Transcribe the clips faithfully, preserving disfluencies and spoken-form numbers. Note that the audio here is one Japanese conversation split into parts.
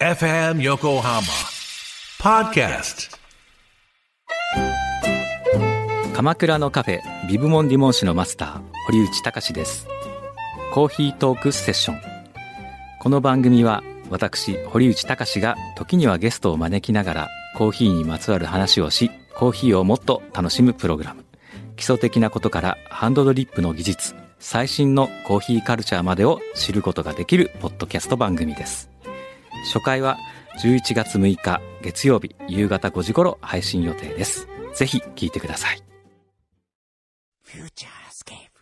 エフエム 横浜ポッドキャスト。 鎌倉のカフェビブモンディモン市のマスター堀内隆です。コーヒートークセッション。この番組は私堀内隆が時にはゲストを招きながらコーヒーにまつわる話をし、コーヒーをもっと楽しむプログラム。基礎的なことからハンドドリップの技術、最新のコーヒーカルチャーまでを知ることができるポッドキャスト番組です。初回はじゅういちがつむいか月曜日夕方ごじ頃配信予定です。ぜひ聞いてください。 フューチャースケープ。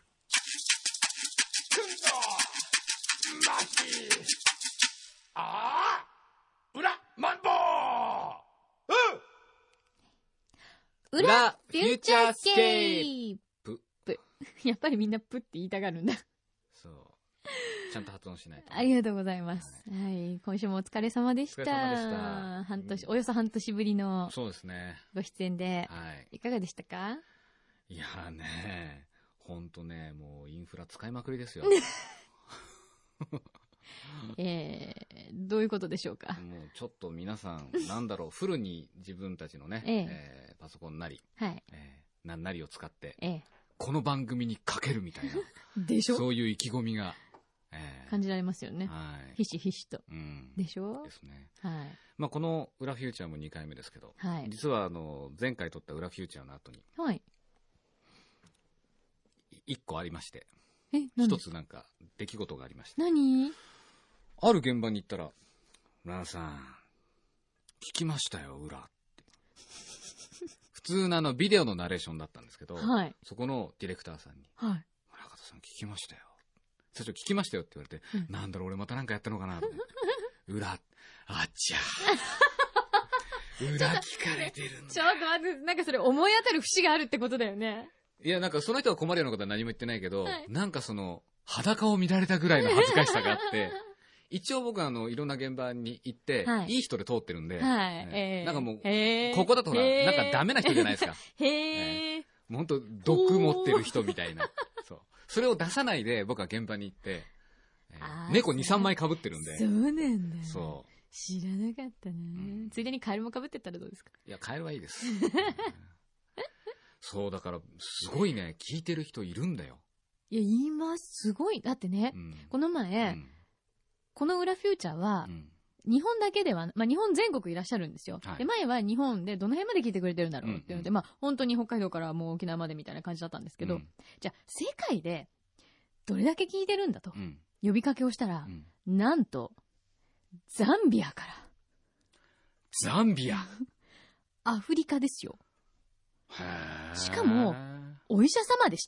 ああ、裏マンボウ。 裏フューチャースケープ。 プ。やっぱりみんなプって言いたがるんだ。 そう。ちゃんと発音しないと、ね。 ありがとうございます。はい。はい、今週もお疲れ様でした。 お疲れ様でした。 半年、うん、およそ半年ぶりの。そうですね。ご出演で。はい。いかがでしたか？ いやーね、ほんとね、もうインフラ使いまくりですよ。 えー、どういうことでしょうか。 もうちょっと皆さん、なんだろう、フルに自分たちのね、えーえー、パソコンなり、はいえー、なんなりを使って、えー、この番組にかけるみたいな、 でしょ？ そういう意気込みが、 えー、感じられますよね。はい、ひしひしと、うん、でしょ？ ですね。はい。まあこの裏フューチャーもにかいめですけど、はい、実はあの前回撮った裏フューチャーの後に、はい、いっこありまして、え、一つなんか出来事がありまして。 何？ ある現場に行ったら、ランさん、聞きましたよ、裏って。普通のあのビデオのナレーションだったんですけど、はい、そこのディレクターさんに、はい、村方さん聞きましたよ。最初聞きましたよって言われて、うん、なんだろう、俺またなんかやったのかなと思って。裏、あっちゃー。裏聞かれてるんだ。 ちょっと待って、なんかそれ思い当たる節があるってことだよね。 いや、なんかその人が困るようなことは何も言ってないけど、はい、なんかその、裸を見られたぐらいの恥ずかしさがあって、一応僕はあのいろんな現場に行って、はい、いい人で通ってるんで、はいねえー、なんかもう、ここだとほら、なんかダメな人じゃないですか。へー。もう本当毒持ってる人みたいな。そう。それを出さないで僕は現場に行って、えー、猫に、さんまい被ってるんで。 そうなんだ。 そう。 知らなかったな、うん、ついでにカエルも被ってったらどうですか？ いや、カエルはいいです。そう、だから、すごいね、聞いてる人いるんだよ。 いや、言います。すごい。だってね、うん、この前、うんこの裏フューチャーは、うん、日本だけでは、まあ、日本全国いらっしゃるんですよ、はい、で前は日本でどの辺まで聞いてくれてるんだろうっていうので、うんうん、まあ、本当に北海道からもう沖縄までみたいな感じだったんですけど、うん、じゃあ世界でどれだけ聞いてるんだと、うん、呼びかけをしたら、うん、なんとザンビアから。 ザンビアアフリカですよ。しかもお医者様でした。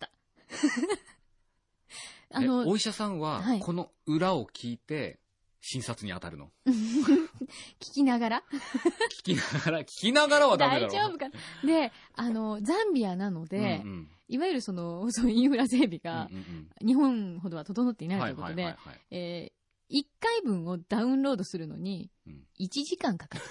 あのお医者さんはこの裏を聞いて診察に当たるの？ 聞きながら聞きながら聞きながらはダメだろう。 大丈夫かな。で、あのザンビアなので、うんうん、いわゆるそのそのインフラ整備が日本ほどは整っていないということで、いっかいぶんをダウンロードするのにいちじかんかかる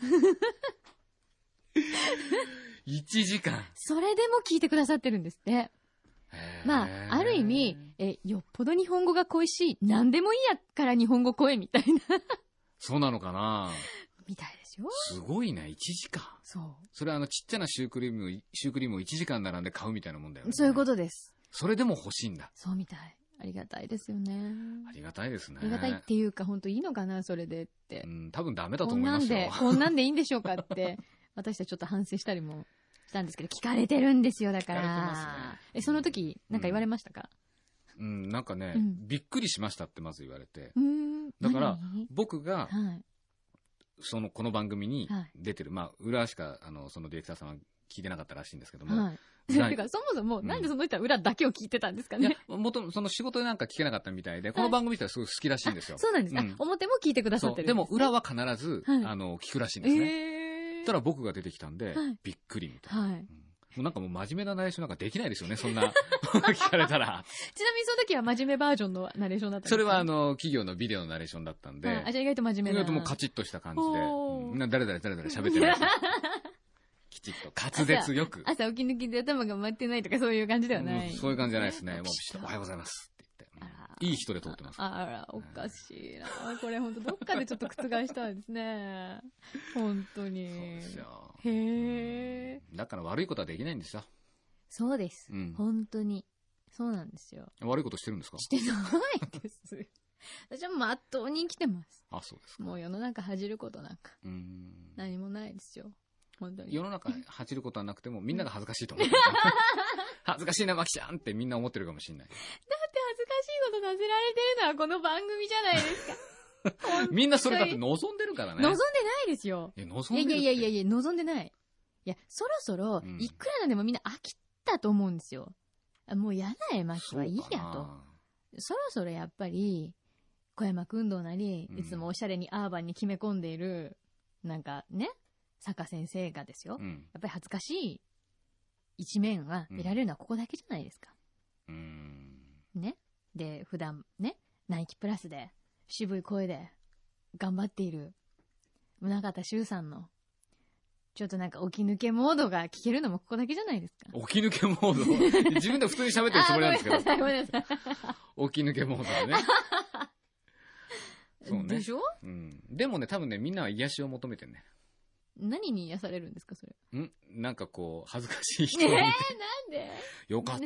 と。 いちじかん。 それでも聞いてくださってるんですって。まあ、ある意味え、よっぽど日本語が恋しい、何でもいいやから日本語声みたいな。 そうなのかなみたいですよ。 すごいね、いちじかん。そう。それはあの、ちっちゃなシュークリームを、シュークリームをいちじかん並んで買うみたいなもんだよね。 そういうことです。 それでも欲しいんだ。 そうみたい。ありがたいですよね。 ありがたいですね。 ありがたいっていうか、本当いいのかな、それでって。 うん、多分ダメだと思いますよ。 こんなんで、こんなんでいいんでしょうかって、私たちちょっと反省したりも。したんですけど、聞かれてるんですよ、だから。聞かれてますね。え、その時、なんか言われましたか？ うん、うん、なんかね、うん、びっくりしましたってまず言われて。うん、だから、僕が、はい、その、この番組に出てる、はい、まあ、裏しか、あの、そのディレクターさんは聞いてなかったらしいんですけども。はい。てか、そもそも、なんでその人は裏だけを聞いてたんですかね。 うん、 もと、その仕事でなんか聞けなかったみたいで、この番組ってすごい好きらしいんですよ。 そうなんですか、うん、表も聞いてくださってるんです、ね。 でも、裏は必ず、はい、あの、聞くらしいんですね。えーたら僕が出てきたんで、はい、びっくりみたいな、はいうん、もうなんかもう真面目なナレーションなんかできないですよね、そんな聞かれたら。 ちなみにその時は真面目バージョンのナレーションだったんですか？ それはあの企業のビデオのナレーションだったんで、 あ、じゃあ意外と真面目な。 意外ともうカチッとした感じで、うん、な誰々誰々喋ってるきちっと滑舌よく。 朝、朝起き抜きで頭が回ってないとかそういう感じではない。 うん、そういう感じじゃないですね。もうおはようございますって言って。 あらいい人で通ってます。 あら、おかしいな。これほんとどっかでちょっと覆したいですね。本当に。 そうですよ。 へー。 だから悪いことはできないんですよ。 そうです。 うん、 本当に。そうなんですよ。 悪いことしてるんですか？ してないです。私はまっとうに生きてます。 あ、そうですか。 もう世の中恥じることなんか。うーん。何もないですよ。本当に。 世の中恥じることはなくても、みんなが恥ずかしいと思う。恥ずかしいな、マキちゃんってみんな思ってるかもしれない。 だって恥ずかしいことさせられてるのはこの番組じゃないですか。 みんなそれだって望んでるからね。 望んでないですよ。 いや、望んでる。 いやいやいやいや、望んでない。いや、そろそろ、いくらなんでもみんな飽きたと思うんですよ。もうやだ絵巻はいいやと。そろそろやっぱり、小山君堂なり、いつもおしゃれにアーバンに決め込んでいる、なんかね、坂先生がですよ。うん、やっぱり恥ずかしい一面が見られるのはここだけじゃないですか。うん、ね。で、普段ね、ナイキプラスで、渋い声で、頑張っている、宗像修さんの、ちょっとなんか起き抜けモードが聞けるのもここだけじゃないですか。 起き抜けモード自分で普通に喋ってるつもりなんですけど。 ごめんなさい、ごめんなさい。 起き抜けモードでね。 そうね。でしょ？ うん。でもね、多分ね、みんなは癒しを求めてるね。 何に癒されるんですか、それ。 んなんかこう、恥ずかしい人を見て。 えー、なんでよかった、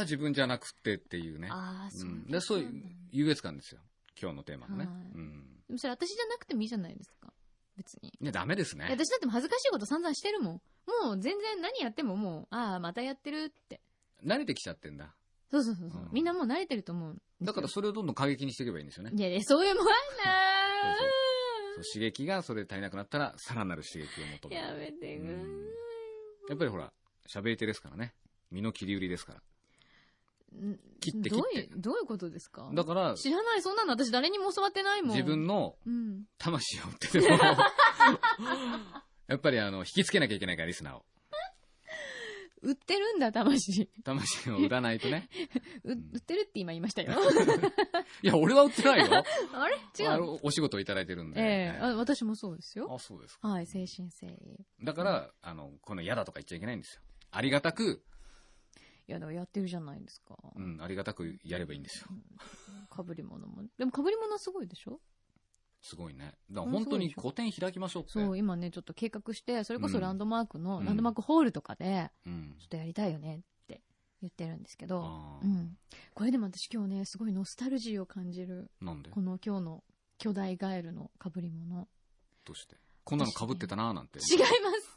自分じゃなくてっていうね。 ああ、そう、 うん。で、そういう優越感ですよ。今日のテーマがね。 うん。でもそれ私じゃなくてもいいじゃないですか。別に。 いや、ダメですね。 私だっても恥ずかしいこと散々してるもん。もう全然何やってももう、ああ、またやってるって。 慣れてきちゃってんだ。 そうそうそうそう、うん。みんなもう慣れてると思う。 だからそれをどんどん過激にしていけばいいんですよね。 いやいや、そういうもんなー。 そうそう、刺激がそれで足りなくなったら、さらなる刺激を求める。 やめてください。 やっぱりほら、喋り手ですからね。身の切り売りですから。切って切って。 どういう、どういうことですか？ だから、 知らない、そんなの私誰にも教わってないもん。 自分の魂を売ってても、うん、やっぱりあの、引きつけなきゃいけないから、リスナーを。 売ってるんだ、魂。 魂を売らないとね。 う、売ってるって今言いましたよ。 いや、俺は売ってないよ。 あれ違う。 あの、お仕事をいただいてるんで。 ええーあ、私もそうですよ。 あ、そうですか。 はい、精神誠意。 だから、あの、この嫌だとか言っちゃいけないんですよ。ありがたく。 いや、だからやってるじゃないですか。 うん、ありがたくやればいいんですよ。 かぶり物も。でもかぶり物はすごいでしょ？ すごいね。だから本当に個展開きましょうって。 そう、今ね、ちょっと計画して、それこそランドマークの、うん、ランドマークホールとかで、うん、ちょっとやりたいよねって言ってるんですけど、うん、これでも私今日ね、すごいノスタルジーを感じる。 なんで？ この今日の巨大ガエルのかぶり物。 どうして？こんなのかぶってたなーなんて。 違います。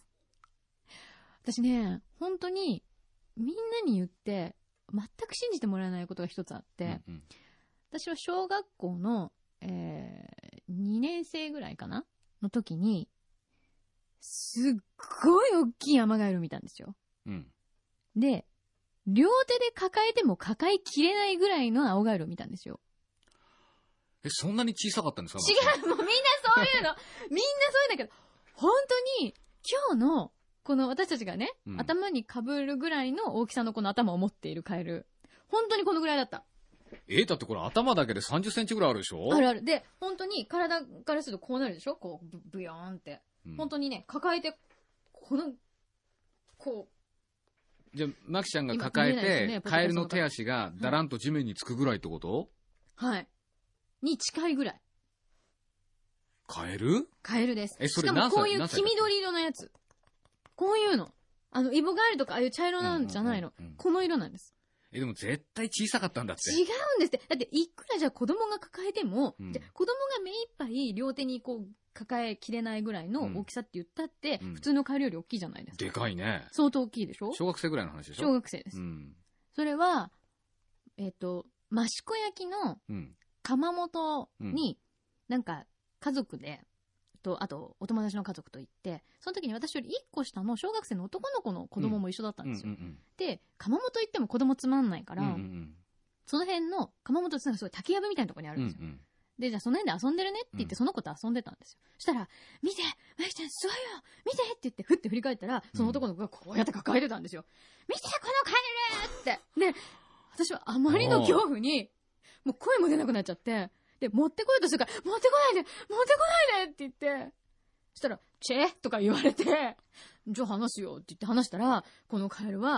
私ね、本当に、みんなに言って、全く信じてもらえないことが一つあって、うんうん、私は小学校の、えー、にねん生ぐらいかなの時に、すっごい大きいアマガエル見たんですよ。うん。で、両手で抱えても抱えきれないぐらいの青ガエルを見たんですよ。 え、そんなに小さかったんですか？ 違う、もうみんなそういうの。みんなそういうんだけど、本当に、今日の、この私たちがね、うん、頭に被るぐらいの大きさのこの頭を持っているカエル。本当にこのぐらいだった。 えー、だってこれ頭だけでさんじゅっセンチぐらいあるでしょ？ あるある。で、本当に体からするとこうなるでしょ？こう、ブ、ブヨーンって。うん、本当にね、抱えて、この、こう。じゃあ、マキちゃんが抱えて、ね、カエルの手足がだらんと地面につくぐらいってこと？ はい。に近いぐらい。 カエル？ カエルです。 え、それしかもこういう黄緑色のやつ。こういうの。あの、イボガエルとかああいう茶色なんじゃないの。この色なんです。 え、でも絶対小さかったんだって。 違うんですって。だって、いくらじゃあ子供が抱えても、うん、じゃ子供が目いっぱい両手にこう、抱えきれないぐらいの大きさって言ったって、うん、普通のカエルより大きいじゃないですか。 でかいね。 相当大きいでしょ？ 小学生ぐらいの話でしょ？ 小学生です。うん、それは、えっと、益子焼の窯元に、なんか家族で、と、あと、お友達の家族と行って、その時に私よりいっこ下の小学生の男の子の子供も一緒だったんですよ。うんうんうんうん、で、窯元行っても子供つまんないから、うんうんうん、その辺の窯元ってすごい竹やぶみたいなところにあるんですよ。うんうん、で、じゃあその辺で遊んでるねって言って、その子と遊んでたんですよ。そしたら、見てマキちゃんすごいよ見てって言って、ふって振り返ったら、その男の子がこうやって抱えてたんですよ。見てこのカエルって。で、私はあまりの恐怖に、もう声も出なくなっちゃって、で、持ってこようとするから、持ってこないで持ってこないでって言って、そしたら、チェとか言われて、じゃあ話すよって言って話したら、このカエルは、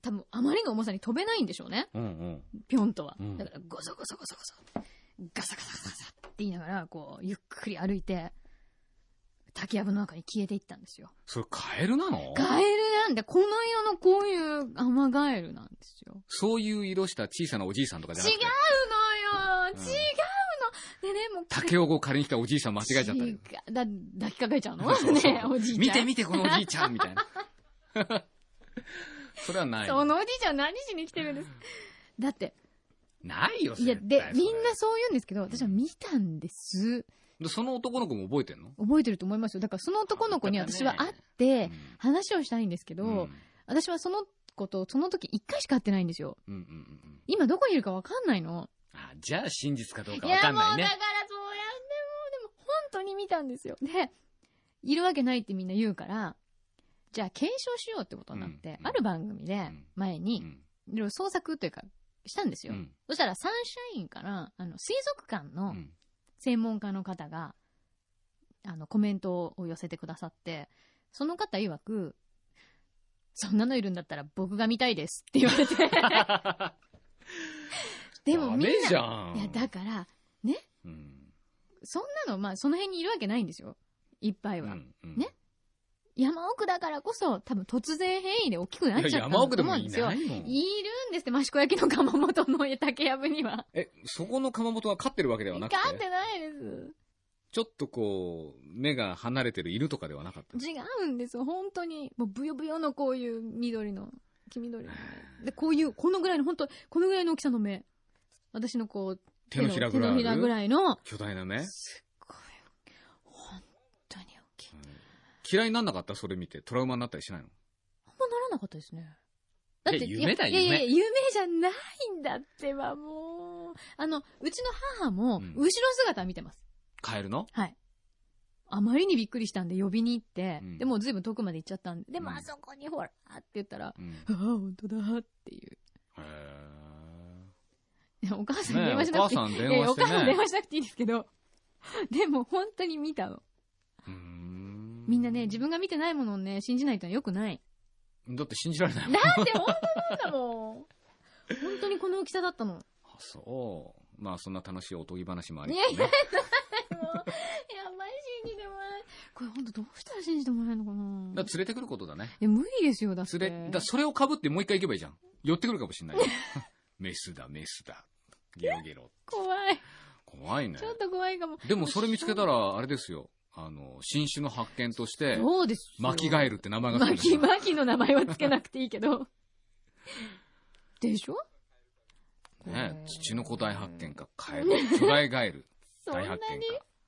多分あまりの重さに飛べないんでしょうね。 うんうん。 ぴょんとは。 うん、 だからゴソゴソゴソゴソ。ガサガサガサガサって言いながら、こう、ゆっくり歩いて、竹やぶの中に消えていったんですよ。 それカエルなの？ カエルなんで、この色のこういうアマガエルなんですよ。 そういう色した小さなおじいさんとかじゃなくて。 違うのよ、うん、違うの。でね、もう。 竹を借りに来たおじいさん間違えちゃったよ。 だ、抱きかかえちゃうのね、おじいちゃん。 見て見てこのおじいちゃんみたいな。それはない。 そのおじいちゃん何しに来てるんですだって。 ないよ、 いや、で、みんなそう言うんですけど、私は見たんです。 で、その男の子も覚えてんの？ 覚えてると思いますよ。だからその男の子に私は会って、話をしたいんですけど、うん、私はその子とその時一回しか会ってないんですよ。うんうんうん、今どこにいるかわかんないの。 あ、じゃあ真実かどうかわかんないね。 いや、もうだからそうやってもう、でも本当に見たんですよ。で、いるわけないってみんな言うから、じゃあ検証しようってことになって、うんうん、ある番組で前に、いろいろ創作というか、したんですよ。うん、そしたらサンシャインから、あの、水族館の専門家の方が、あの、コメントを寄せてくださって、その方曰く、そんなのいるんだったら僕が見たいですって言われて。でもみんな、 ダメじゃん。 いや、だから、ね、うん、そんなの、まあ、その辺にいるわけないんですよ。いっぱいは。うんうん、ね。山奥だからこそ、多分突然変異で大きくなっちゃったと思うんですよ。いや、山奥でもいないもん。いるんですって、益子焼の窯元の竹やぶには。 え、そこの窯元は飼ってるわけではなくて？ 飼ってないです。 ちょっとこう、目が離れてる犬とかではなかった？ 違うんですよ、本当に。もうブヨブヨのこういう緑の、黄緑の目。で、こういう、このぐらいの、本当このぐらいの大きさの目。私のこう、 手のひらぐらい。 手のひらぐらいの。 巨大な目？ すっごい。本当に大きい。うん、 嫌いになんなかった？それ見て。トラウマになったりしないの？ あんまならなかったですね。だって、 夢だよ、夢。 いやいや、夢じゃないんだってば、もう。あの、うちの母も、後ろ姿見てます。 カエルの？ はい。あまりにびっくりしたんで呼びに行って、うん、でもずいぶん遠くまで行っちゃったんで、でもあそこにほら、って言ったら、うん、ああ、本当だっていう。へー。お母さん電話しなくていい。 お母さん電話してね。 お母さん電話しなくていいですけど、でも本当に見たの。うーん、みんなね、自分が見てないものをね、信じないと良くない。 だって信じられないもん。 だって本当なんだもん。本当にこの大きさだったの。 あ、そう。まあそんな楽しいおとぎ話もありますね。 いやいや、もう、やばい信じてもらえない。これ本当どうしたら信じてもらえるのかな。 だから連れてくることだね。 いや、無理ですよ、だって。 連れ、だそれを被ってもう一回行けばいいじゃん。寄ってくるかもしんない。メスだ、メスだ。ゲロゲロ。 怖い。 怖いね。 ちょっと怖いかも。 でもそれ見つけたら、あれですよ。あの、新種の発見として、 そうですよ。 マキガエルって名前がつくんですよ。マキ、マキの名前はつけなくていいけど。でしょね、土の子大発見か、カエル、巨大ガエル大発見か。 本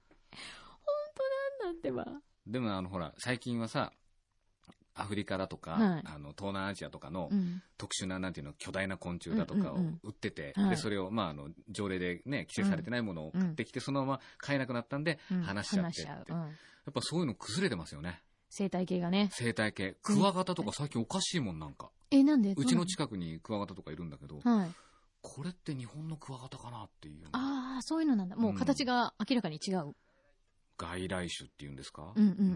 当なんだってば。 でもあのほら、最近はさ、アフリカだとか、はい、あの東南アジアとかの特殊な、なんていうの、巨大な昆虫だとかを売ってて、うんうんうん、でそれを、まあ、あの条例でね、規制されてないものを買ってきて、うん、そのまま買えなくなったんで、うん、話しちゃってって、うん、やっぱそういうの崩れてますよね。 生態系がね。 生態系。クワガタとか最近おかしいもん、なんか。 え、なんで？ うちの近くにクワガタとかいるんだけど、はい、これって日本のクワガタかなっていう。 ああ、そういうのなんだ。もう形が明らかに違う。うん、 外来種っていうんですか？ うんうんうん。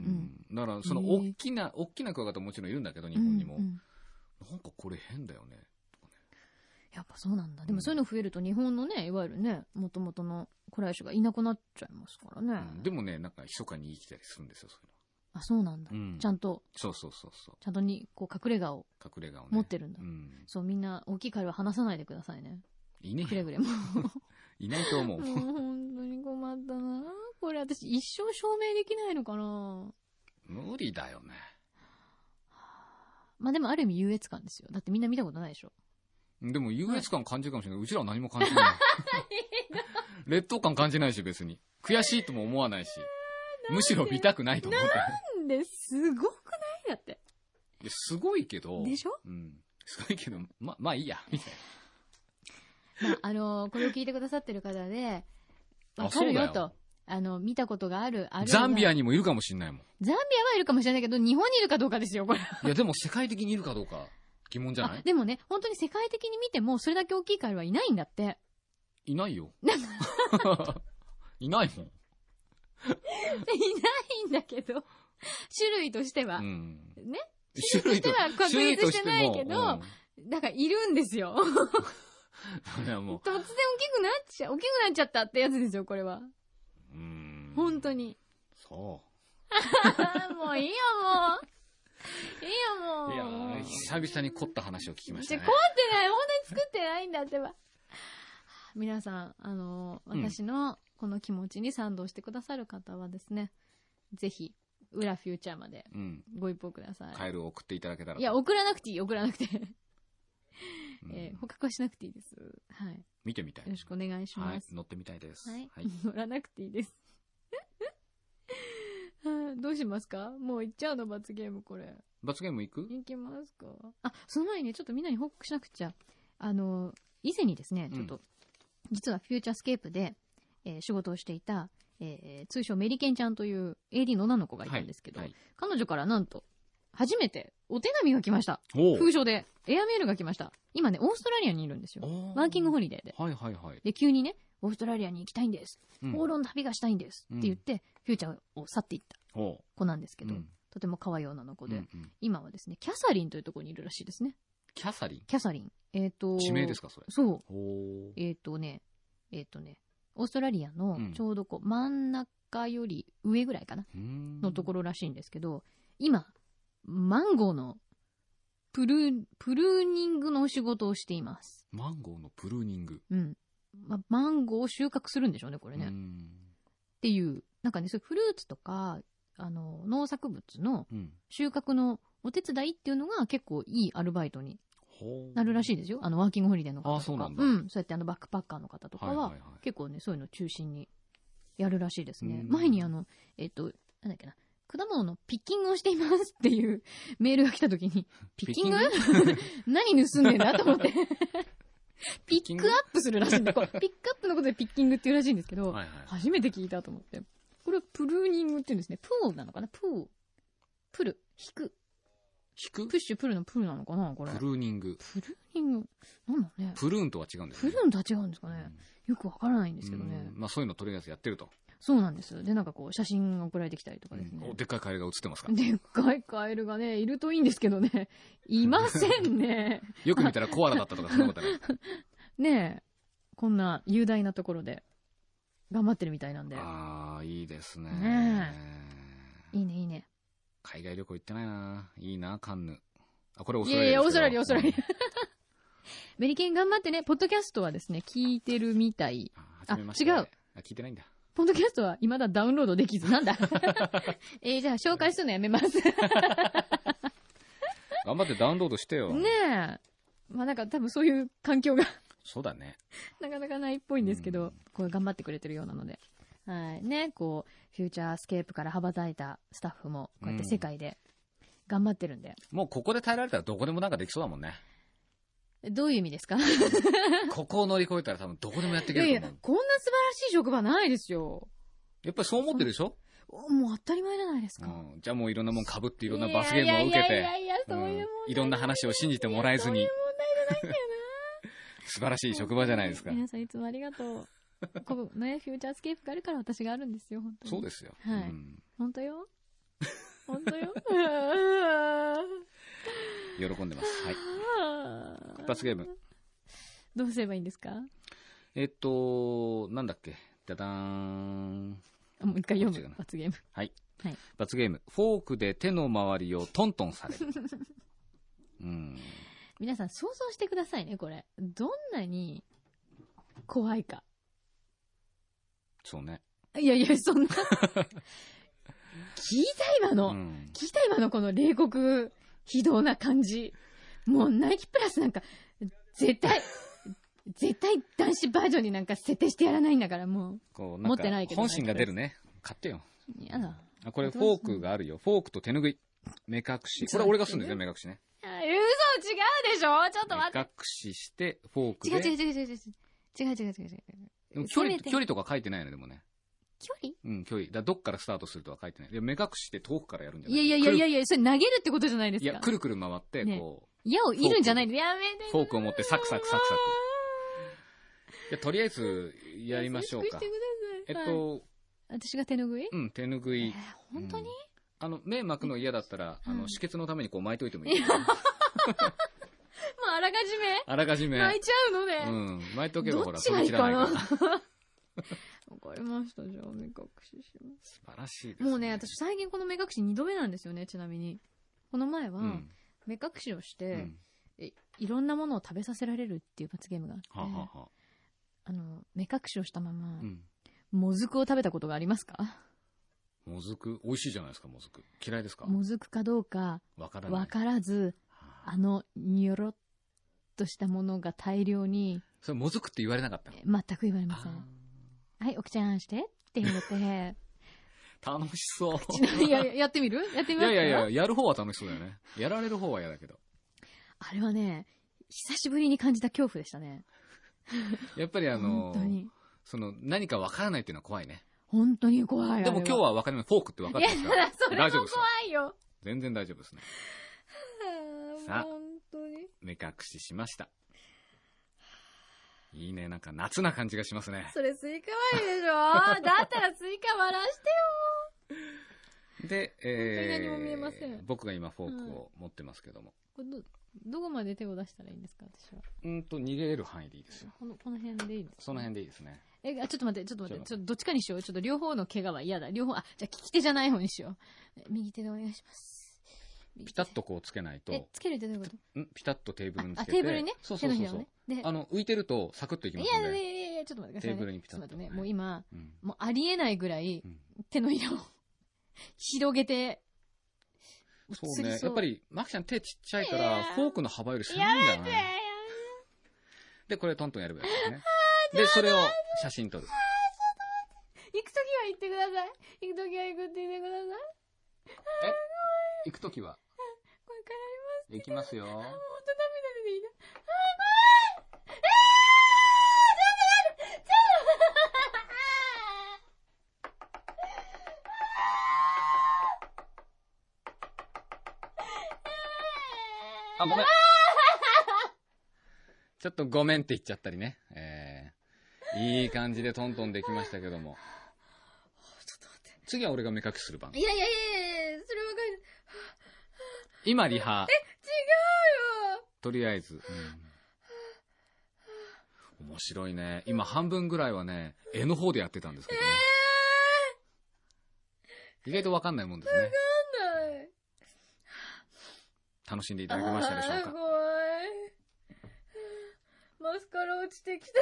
だから、その、大きな、大きなクワガタもちろんいるんだけど、日本にも。うんうん、なんかこれ変だよね。 やっぱそうなんだ。でもそういうの増えると、日本のね、いわゆるね、もともとの古来種がいなくなっちゃいますからね。 うん、でもね、なんか密かに生きたりするんですよ、そういうの。 あ、そうなんだ。うん、ちゃんと。 そうそうそうそう。 ちゃんとに、こう、隠れ家を。 隠れ家をね。 持ってるんだ。うん、そう、みんな、大きいカエルは離さないでくださいね。 いねえ。 くれぐれも。 いないと思う。 もう本当に困ったな。これ私一生証明できないのかな。 無理だよね。 まあでもある意味優越感ですよ。だってみんな見たことないでしょ。 でも優越感感じるかもしれない。うちらは何も感じない。劣等感感じないし別に。悔しいとも思わないし。むしろ見たくないと思って。 なんですごくないだって。 いやすごいけど。 でしょ？ うん。すごいけど、ま、まあいいや、みたいな。 まあ、あのー、これを聞いてくださってる方で、わかるよと。あの、見たことがある、ある。 ザンビアにもいるかもしれないもん。 ザンビアはいるかもしれないけど、日本にいるかどうかですよ、これ。 いや、でも世界的にいるかどうか、疑問じゃない？ でもね、本当に世界的に見ても、それだけ大きいカエルはいないんだって。 いないよ。いないもん。いないんだけど、種類としては。うん、ね？ 種類としては確立してないけど、 だからいるんですよ。 いやもう突然大きくなっちゃ、大きくなっちゃったってやつですよ、これは。 うーん。 本当に。 そもういいよ、もう。いいよ、もう。 う。 いやー、久々に凝った話を聞きましたね。 じゃ、凝ってない。本当に作ってないんだってば。皆さん、あのー、私のこの気持ちに賛同してくださる方はですね、うん、ぜひ、裏フューチャーまでご一報ください。 カエルを送っていただけたら。 いや、送らなくていい、送らなくて。うん、えー、捕獲はしなくていいです。はい。 見てみたい。 よろしくお願いします。 はい、乗ってみたいです。 はい。はい、乗らなくていいです。どうしますか？もう行っちゃうの、罰ゲームこれ。 罰ゲーム行く？ 行きますか？あ、その前にね、ちょっとみんなに報告しなくちゃ。あの、以前にですね、ちょっと、うん、実はフューチャースケープで、えー、仕事をしていた、えー、通称メリケンちゃんという エーディー の女の子がいたんですけど、はいはい、彼女からなんと、初めてお手紙が来ました。封書で。エアメールが来ました。今ね、オーストラリアにいるんですよ。ワーキングホリデーで。 はいはいはい。 で、急にね、オーストラリアに行きたいんです。うん、放浪の旅がしたいんです。って言って、フューチャーを去っていった子なんですけど、うん、とても可愛い女の子で、うんうん、今はですね、キャサリンというところにいるらしいですね。 キャサリン？ キャサリン。えっ、ー、と。 地名ですか、それ。 そう。えっ、ー、とね、えっ、ー、とね、オーストラリアのちょうどこう、真ん中より上ぐらいかな、うん、のところらしいんですけど、今、マンゴーのプルー、プルーニングのお仕事をしています。 マンゴーのプルーニング？ うん。ま、マンゴーを収穫するんでしょうね、これね。っていう、なんかね、そういうフルーツとか、あの、農作物の収穫のお手伝いっていうのが結構いいアルバイトになるらしいですよ。あの、ワーキングホリデーの方とか。 あ、そうなんだ。 うん。そうやってあの、バックパッカーの方とかは、はいはいはい、結構ね、そういうのを中心にやるらしいですね。前にあの、えっと、なんだっけな。果物のピッキングをしていますっていうメールが来た時に、ピッキング何盗んでんだと思って。ピックアップするらしいんで、こうピックアップのことでピッキングって言うらしいんですけど、はいはい、初めて聞いたと思って。これプルーニングって言うんですね。プーなのかな？プー。プル。引く。 引く？ プッシュプルのプルなのかなこれ。 プルーニング。 プルーニング。なんだね。 プルーンとは違うんですね。 プルーンとは違うんですかね。うん、よくわからないんですけどね。 まあそういうのとりあえずやってると。 そうなんです。で、なんかこう、写真送られてきたりとかですね。 うん、でっかいカエルが写ってますか？ でっかいカエルがね、いるといいんですけどね。いませんね。 よく見たらコアラだったとか、そんなことない。 ねえ。こんな雄大なところで、頑張ってるみたいなんで。 ああ、いいですね。 ねえ。いいね、いいね。 海外旅行行ってないな。いいな、カンヌ。あ、これオーストラリア。 いやいや、オーストラリア、オーストラリア。メリケン頑張ってね、ポッドキャストはですね、聞いてるみたい。あ、違う。あ、 聞いてないんだ。 ポッドキャストは未だダウンロードできず、なんだえー、じゃあ紹介するのやめます。 頑張ってダウンロードしてよ。 ねえ。まあなんか多分そういう環境がそうだね。 なかなかないっぽいんですけど、こう頑張ってくれてるようなので。はい。ね、こう、フューチャースケープから羽ばたいたスタッフも、こうやって世界で頑張ってるんで、 うん。もうここで耐えられたらどこでもなんかできそうだもんね。 どういう意味ですか？ ここを乗り越えたら多分どこでもやっていけると思う。いやいや、 こんな素晴らしい職場ないですよ。 やっぱりそう思ってるでしょ？ もう当たり前じゃないですか。 うん、じゃあもういろんなもん被っていろんな罰ゲームを受けて、いろんな話を信じてもらえずに。そういう問題じゃないんだよな。素晴らしい職場じゃないですか。 皆さんいつもありがとう。ここね、フューチャースケープがあるから私があるんですよ、本当に。 そうですよ。 はい。うん、本当よ。本当よ。 喜んでます。はい。罰ゲーム。 どうすればいいんですか？ えっと、なんだっけ。ダダーン。 もう一回読む。罰ゲーム。 はい。はい。罰ゲーム。フォークで手の周りをトントンされる。うん。 皆さん想像してくださいね、これ。どんなに怖いか。 そうね。 いやいや、そんな。聞いた今の、うん、聞いた今のこの冷酷非道な感じ。もうナイキプラスなんか、絶対、絶対男子バージョンになんか設定してやらないんだから、もう。こうなんか持ってないけど。 本心が出るね。買ってよ。 やだ。 あ、これフォークがあるよ。フォークと手ぬぐい。目隠し。これ俺がするんですよ、目隠しね。 嘘違うでしょ？ちょっと待って。 目隠しして、フォークで。 違う違う違う違う違う。違う違う違う違う。 でも距離、距離とか書いてないのでもね。 距離？ うん、距離。だどっからスタートするとは書いてない。で目隠して遠くからやるんじゃない？ いやいやいやいや、それ投げるってことじゃないですか。 いや、くるくる回って、こう。 矢をいるんじゃないの？やめて。 フォークを持ってサクサクサクサク。いや、とりあえず、やりましょうか。えっと、 私が手ぬぐい？ うん、手ぬぐい。 本当に？ あの、目巻くの嫌だったら、あの、止血のためにこう巻いといてもいい。 まあ、 あらかじめあらかじめ。 巻いちゃうのね。 うん。巻いとけばほら、 どっちがいいかな。 飛び散らないからわかりました。じゃあ、目隠ししま素す。 晴らしいですね。 もうね、私最近この目隠しにどめなんですよね、ちなみに。この前は、 うん目隠しをして、 うんえいろんなものを食べさせられるっていう罰ゲームがあって、 はあはあはああの、目隠しをしたまま、 うん。 もずくを食べたことがありますか？ もずく、美味しいじゃないですか、もずく。嫌いですか？ もずくかどうかわからない。 わからず、あの、にょろっとしたものが大量に、 それもずくって言われなかったの？ 全く言われません。 あはい、おきちゃんしてって言われて、 ー楽しそう。 いやいや、やってみるやってみますか？ いやいやいや、やる方は楽しそうだよね。やられる方は嫌だけど。 あれはね、久しぶりに感じた恐怖でしたね。 やっぱりあの本当に。 その、何かわからないっていうのは怖いね。 本当に怖い。 でも今日はわかります。フォークって分かってますかいや、そら。 れも大丈夫ですよ。 怖いよ。 全然大丈夫ですね。さあ本当に。 目隠ししました。いいね。なんか夏な感じがしますね。 それスイカ割りでしょだったらスイカ割らしてよ。 で、えー、 本当に何も見えません僕が今フォークを持ってますけども。 これど、どこまで手を出したらいいんですか、私は。 うんと、逃げれる範囲でいいですよ。 この、この辺でいいですか？ その辺でいいですね。 え、あ、ちょっと待って、ちょっと待って、 ちょちょっとどっちかにしよう。ちょっと両方の怪我は嫌だ。両方、あ、じゃあ利き手じゃない方にしよう。右手でお願いします。 ピタッとこうつけないと。 え、つけるってどういうことんピタッとテーブルにつあ、 けて。 テーブルにね。 そうそうそうそう、 手のひらをね。で、 あの、浮いてるとサクッといきまいやいすんで。 やいやいや、ちょっと待ってください、ね。 テーブルにピタッとちょっと待ってね。もう今、 うんもうありえないぐらいうん手のひらを広げて、 そうね。 映りやっぱり、マキちゃん手ちっちゃいかいやら、フォークの幅より狭いんじゃないで、これトントンやればいいですね。で、それを写真撮る。 行くときは行ってください。行くときは行くって言ってください。 え行くときはこれからやります。 行きますよ。 ほんと涙出ていいな。あー、怖い。えー、ちょっと待って、ちょっとあ、ごめん。ちょっとごめんって言っちゃったりね。えー、いい感じでトントンできましたけども。 ちょっと待って。 次は俺が目隠しする番。 いやいやいやいや、それわかんない。 今リハ。 違うよ。 とりあえず。うん、面白いね。今半分ぐらいはね、絵の方でやってたんですけどね。意外とわかんないもんですね。 わかんない。 楽しんでいただけましたでしょうか。 あー、怖い。マスカラ落ちてきた。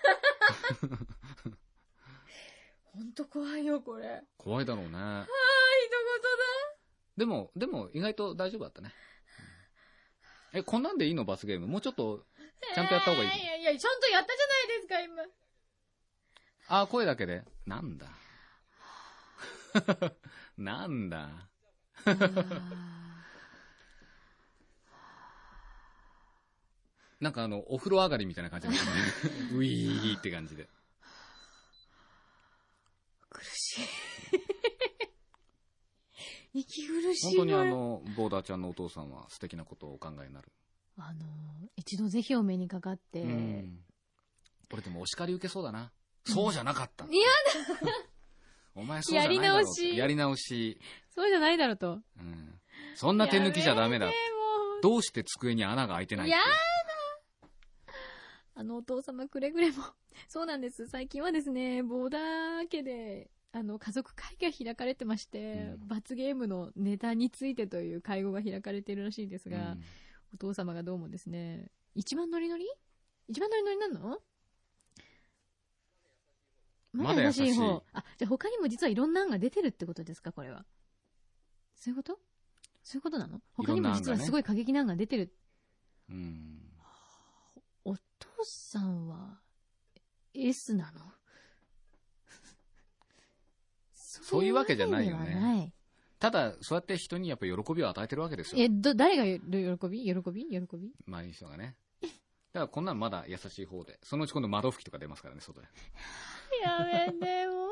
ほんと怖いよ、これ。 怖いだろうね。 ああ、一でも、でも意外と大丈夫だったね。え、こんなんでいいの罰ゲーム？もうちょっと、ちゃんとやった方がいい。 いやいやいや、ちゃんとやったじゃないですか、今。 あー、声だけで。なんだ。なんだ。なんかあの、お風呂上がりみたいな感じですね。ウィーって感じで。 苦しい。息苦しい。 本当にあの、ボーダーちゃんのお父さんは素敵なことをお考えになる。 あの、一度ぜひお目にかかって。 うん。俺でもお叱り受けそうだな。そうじゃなかった。 いやだお前そうじゃないだろう。 やり直しやり直し。 そうじゃないだろうと。 うん。そんな手抜きじゃダメだ。 やめてもうどうして机に穴が開いてないってやだあのお父様くれぐれも。そうなんです。最近はですね、ボーダー家で、あの、家族会議が開かれてまして、 うん罰ゲームのネタについてという会合が開かれているらしいんですが、 うんお父様がどうもですね、一番ノリノリ一番ノリノリなんのまだ優しい方。 まだ優しいあ、じゃあ他にも実はいろんな案が出てるってことですか、これは。そういうことそういうことなの他にも実はすごい過激な案が出てる。 うん。 お父さんは S なのそういうわけじゃないよねそううわけではないただ、そうやって人にやっぱ喜びを与えてるわけですよ。 え、ど、誰が喜び喜び喜びまあいい人がね。だからこんなんまだ優しい方で。そのうち今度窓拭きとか出ますからね、外で。 やめて、もう、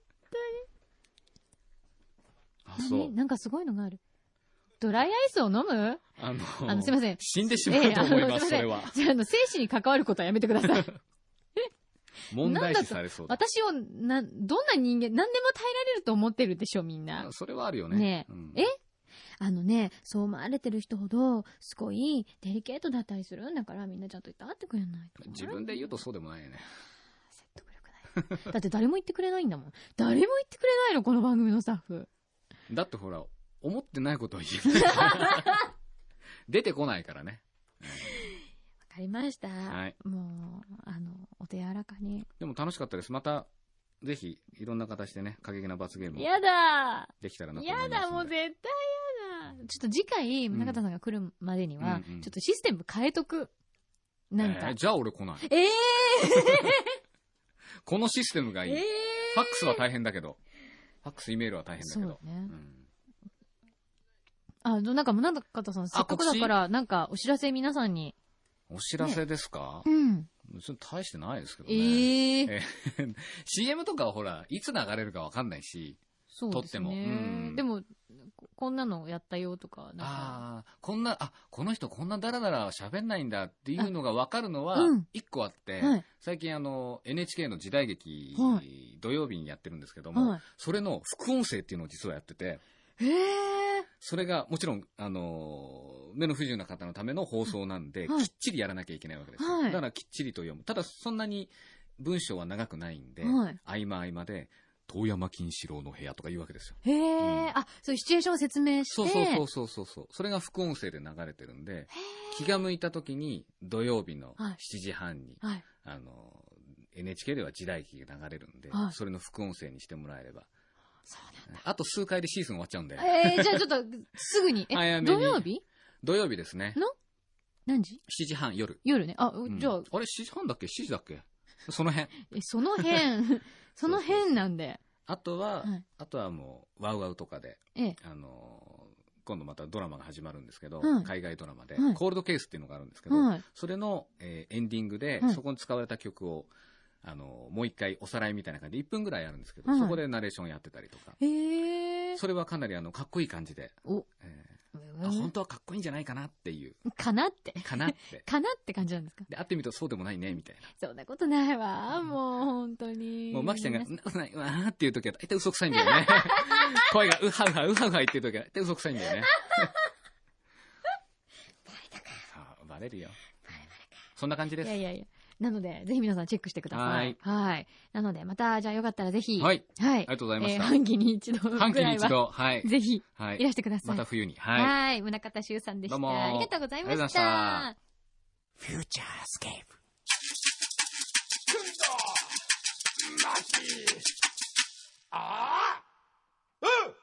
あ、 本当に。 そう。 なんかすごいのがある。ドライアイスを飲むあの、 あの、すいません。 死んでしまうと思います、そええあのれは。 すいませんあの、生死に関わることはやめてください。 問題視されそうだ。 私を、な、どんな人間、何でも耐えられると思ってるでしょ、みんな。 それはあるよね。 ねえうんえあのね、そう思われてる人ほど、すごいデリケートだったりするんだから、みんなちゃんと言って会ってくれないと。 自分で言うとそうでもないよね。 説得力ない。だって誰も言ってくれないんだもん。誰も言ってくれないの、この番組のスタッフ。 だってほら、思ってないことを言えない。出てこないからね。 わかりました。 はい。 もう、あの、お手柔らかに。 でも楽しかったです。また、ぜひ、いろんな形でね、過激な罰ゲームを。 やだできたらなと思いますので。 やだ、もう絶対やだ。ちょっと次回、宗方さんが来るまでには、 うんうん、 ちょっとシステム変えとく。なんか。 えー、じゃあ俺来ない。 ええー、 このシステムがいい。えー、ファックスは大変だけど。ファックス、イメールは大変だけど。 そうね。うん、あ、なんか宗方さん、せっかくだから、なんかお知らせ皆さんに。 お知らせですか、 ね、うん。 別に大してないですけどね。 ええー。 シーエム とかはほら、いつ流れるかわかんないし、 そうですね、撮っても。うん、でも、こんなのやったよとか、なんか。 ああ、こんな、あ、この人こんなダラダラ喋んないんだっていうのがわかるのは、一個あって、はい、最近あの、エヌエイチケー の時代劇、はい、土曜日にやってるんですけども、はい、それの副音声っていうのを実はやってて、 へー。 それがもちろん、あのー、目の不自由な方のための放送なんで、はい、きっちりやらなきゃいけないわけですよ、はい。だからきっちりと読む。ただそんなに文章は長くないんで、はい、合間合間で、遠山金四郎の部屋とか言うわけですよ。 へー、うん、あ、そういうシチュエーションを説明して。 そうそうそうそうそう。それが副音声で流れてるんで、気が向いた時に土曜日のしちじはんに、はい、あの、エヌエイチケー では時代劇が流れるんで、はい、それの副音声にしてもらえれば。 そうなんだ。 あと数回でシーズン終わっちゃうんで。 えー、じゃあちょっと、すぐに。え、土曜日土曜日ですね。 の何時 ? しちじはん、夜。 夜ね。あ、うん、じゃあ。 あれ、しちじはんだっけ ?しちじだっけその辺。 え、その辺。その辺なんで。 あとは、はい、あとはもう、ワウワウとかで、ええ、あのー、今度またドラマが始まるんですけど、はい、海外ドラマで、はい、コールドケースっていうのがあるんですけど、はい、それの、えー、エンディングで、はい、そこに使われた曲を、あの、もう一回おさらいみたいな感じでいっぷんぐらいあるんですけど、はい、そこでナレーションやってたりとか。 へー。 それはかなりあの、かっこいい感じで。お、えー、あ、本当はかっこいいんじゃないかなっていう。 かなって。 かなって。 かなって感じなんですか。 で、会ってみるとそうでもないね、みたいな。 そんなことないわ。もう、本当に。 もう、マキちゃんが、なことないわーっていう時は、大体嘘くさいんだよね。声が、うはうは、うはうはっていう時は、大体嘘くさいんだよね。 バレたか。 そう、バレるよ。バレバレか。そんな感じです。 いやいやいや。なので、ぜひ皆さんチェックしてください。はい。はい。なので、また、じゃあよかったらぜひ。 はい。 はい。ありがとうございました。 えー、半期に一度。 半期に一度。はい。 ぜひ。はい。いらしてください。 また冬に。はい。 はい。宗像修さんでした。どうも。ありがとうございました。ありがとうございました。 フューチャースケープ。 くんどマキああうん